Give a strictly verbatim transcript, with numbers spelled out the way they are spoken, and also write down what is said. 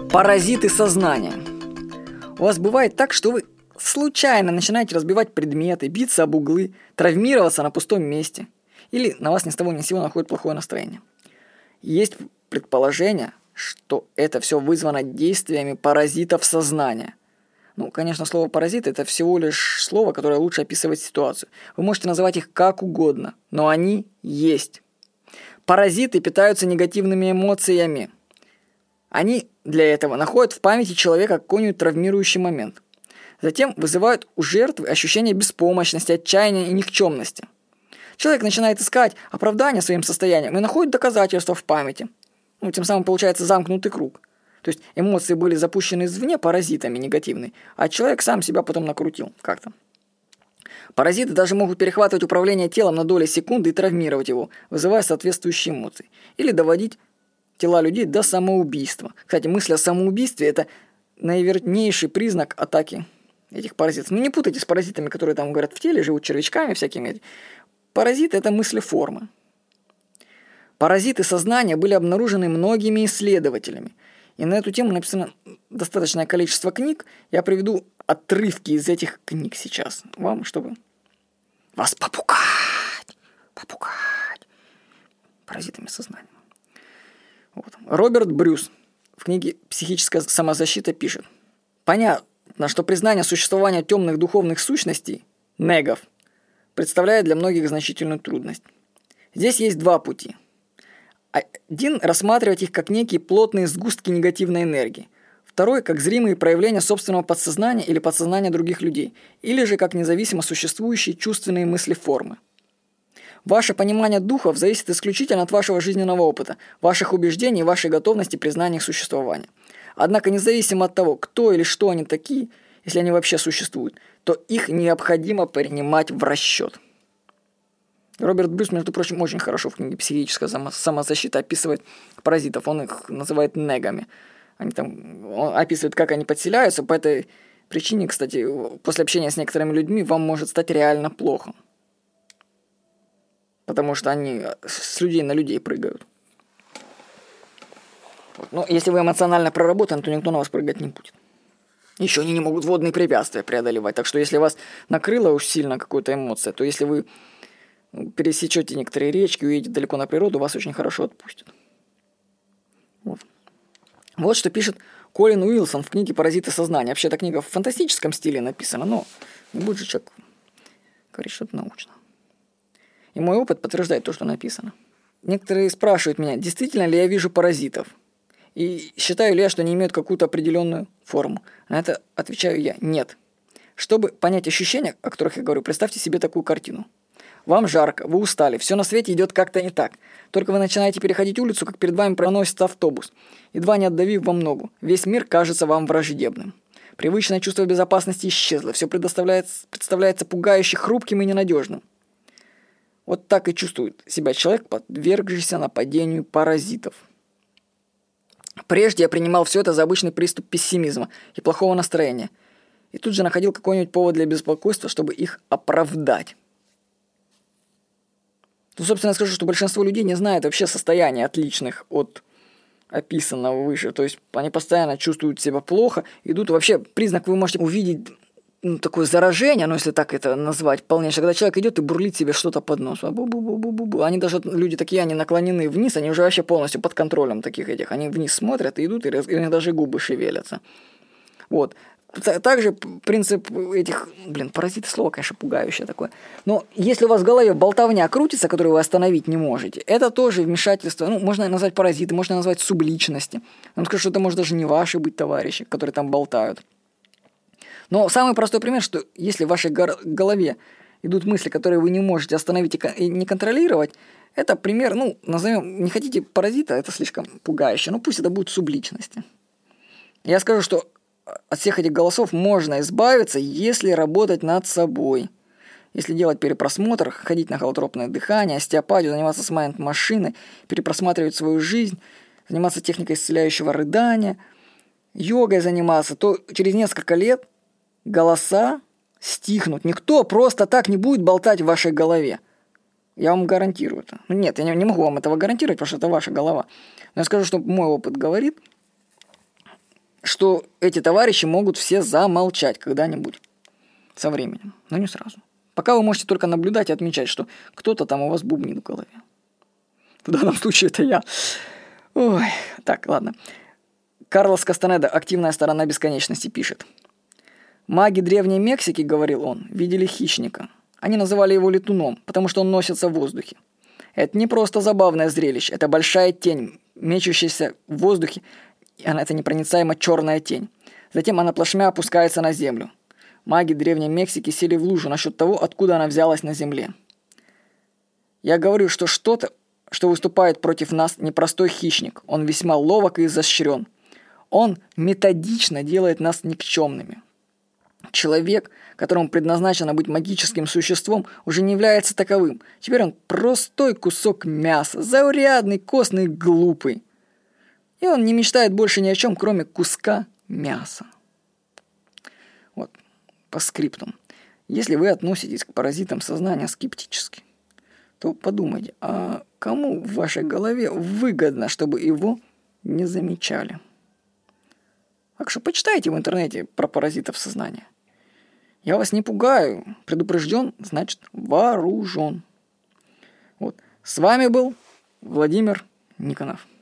Паразиты сознания. У вас бывает так, что вы случайно начинаете разбивать предметы, биться об углы, травмироваться на пустом месте. Или на вас ни с того ни с сего находит плохое настроение. Есть предположение, что это все вызвано действиями паразитов сознания. Ну, конечно, слово «паразит» — это всего лишь слово, которое лучше описывает ситуацию. Вы можете называть их как угодно, но они есть. Паразиты питаются негативными эмоциями. Они для этого находят в памяти человека какой-нибудь травмирующий момент. Затем вызывают у жертвы ощущение беспомощности, отчаяния и никчемности. Человек начинает искать оправдание своим состоянием и находит доказательства в памяти. Ну, тем самым получается замкнутый круг. То есть эмоции были запущены извне паразитами негативные, а человек сам себя потом накрутил как-то. Паразиты даже могут перехватывать управление телом на доли секунды и травмировать его, вызывая соответствующие эмоции. Или доводить тела людей до самоубийства. Кстати, мысль о самоубийстве – это наивернейший признак атаки этих паразитов. Ну, не путайте с паразитами, которые там, говорят, в теле живут червячками всякими. Паразиты – это мыслеформы. Паразиты сознания были обнаружены многими исследователями. И на эту тему написано достаточное количество книг. Я приведу отрывки из этих книг сейчас вам, чтобы вас попугать. Попугать. Паразитами сознания. Вот. Роберт Брюс в книге «Психическая самозащита» пишет: понятно, что признание существования темных духовных сущностей, негов, представляет для многих значительную трудность. Здесь есть два пути. Один – рассматривать их как некие плотные сгустки негативной энергии. Второй – как зримые проявления собственного подсознания или подсознания других людей, или же как независимо существующие чувственные мыслеформы. Ваше понимание духов зависит исключительно от вашего жизненного опыта, ваших убеждений и вашей готовности признания их существования. Однако независимо от того, кто или что они такие, если они вообще существуют, то их необходимо принимать в расчет. Роберт Брюс, между прочим, очень хорошо в книге «Психическая самозащита» описывает паразитов. Он их называет негами. Они там, он описывает, как они подселяются. По этой причине, кстати, после общения с некоторыми людьми вам может стать реально плохо. Потому что они с людей на людей прыгают. Но если вы эмоционально проработаны, то никто на вас прыгать не будет. Еще они не могут водные препятствия преодолевать. Так что если вас накрыло уж сильно какой-то эмоция, то если вы пересечете некоторые речки, уедете далеко на природу, вас очень хорошо отпустят. Вот. Вот что пишет Колин Уилсон в книге «Паразиты сознания». Вообще, эта книга в фантастическом стиле написана, но не будет же человек говорить что-то научно. И мой опыт подтверждает то, что написано. Некоторые спрашивают меня, действительно ли я вижу паразитов? И считаю ли я, что они имеют какую-то определенную форму? На это отвечаю я – нет. Чтобы понять ощущения, о которых я говорю, представьте себе такую картину. Вам жарко, вы устали, все на свете идет как-то не так. Только вы начинаете переходить улицу, как перед вами проносится автобус, едва не отдавив вам ногу. Весь мир кажется вам враждебным. Привычное чувство безопасности исчезло, все представляется пугающе хрупким и ненадежным. Вот так и чувствует себя человек, подвергшийся нападению паразитов. Прежде я принимал все это за обычный приступ пессимизма и плохого настроения. И тут же находил какой-нибудь повод для беспокойства, чтобы их оправдать. Ну, собственно, я скажу, что большинство людей не знает вообще состояния отличных от описанного выше. То есть они постоянно чувствуют себя плохо, идут. Вообще признак вы можете увидеть, ну, такое заражение, ну, если так это назвать, полнейшее, когда человек идет и бурлит себе что-то под нос. Бу-бу-бу-бу-бу-бу. Они даже, люди такие, они наклонены вниз, они уже вообще полностью под контролем таких этих. Они вниз смотрят и идут, и, раз, и у них даже губы шевелятся. Вот. Также принцип этих, блин, паразиты, слово, конечно, пугающее такое. Но если у вас в голове болтовня крутится, которую вы остановить не можете, это тоже вмешательство. Ну, можно назвать паразиты, можно назвать субличности. Я вам скажу, что это может даже не ваши быть товарищи, которые там болтают. Но самый простой пример, что если в вашей голове идут мысли, которые вы не можете остановить и не контролировать, это пример, ну, назовем, не хотите паразита, это слишком пугающе, но пусть это будут субличности. Я скажу, что от всех этих голосов можно избавиться, если работать над собой. Если делать перепросмотр, ходить на холотропное дыхание, остеопатию, заниматься с майнд-машиной, перепросматривать свою жизнь, заниматься техникой исцеляющего рыдания, йогой заниматься, то через несколько лет голоса стихнут. Никто просто так не будет болтать в вашей голове. Я вам гарантирую это. Ну, нет, я не, не могу вам этого гарантировать, потому что это ваша голова. Но я скажу, что мой опыт говорит, что эти товарищи могут все замолчать когда-нибудь со временем, но не сразу. Пока вы можете только наблюдать и отмечать, что кто-то там у вас бубнит в голове. В данном случае это я. Ой, так, ладно. Карлос Кастанеда, «Активная сторона бесконечности», пишет. «Маги Древней Мексики, — говорил он, — видели хищника. Они называли его летуном, потому что он носится в воздухе. Это не просто забавное зрелище, это большая тень, мечущаяся в воздухе, и она, это непроницаемо черная тень. Затем она плашмя опускается на землю. Маги Древней Мексики сели в лужу насчет того, откуда она взялась на земле. Я говорю, что что-то, что выступает против нас, непростой хищник. Он весьма ловок и изощрен. Он методично делает нас никчемными. Человек, которому предназначено быть магическим существом, уже не является таковым. Теперь он простой кусок мяса, заурядный, костный, глупый. И он не мечтает больше ни о чем, кроме куска мяса». Вот, по скриптум. Если вы относитесь к паразитам сознания скептически, то подумайте, а кому в вашей голове выгодно, чтобы его не замечали? Так что почитайте в интернете про паразитов сознания. Я вас не пугаю. Предупрежден, значит вооружен. Вот. С вами был Владимир Никонов.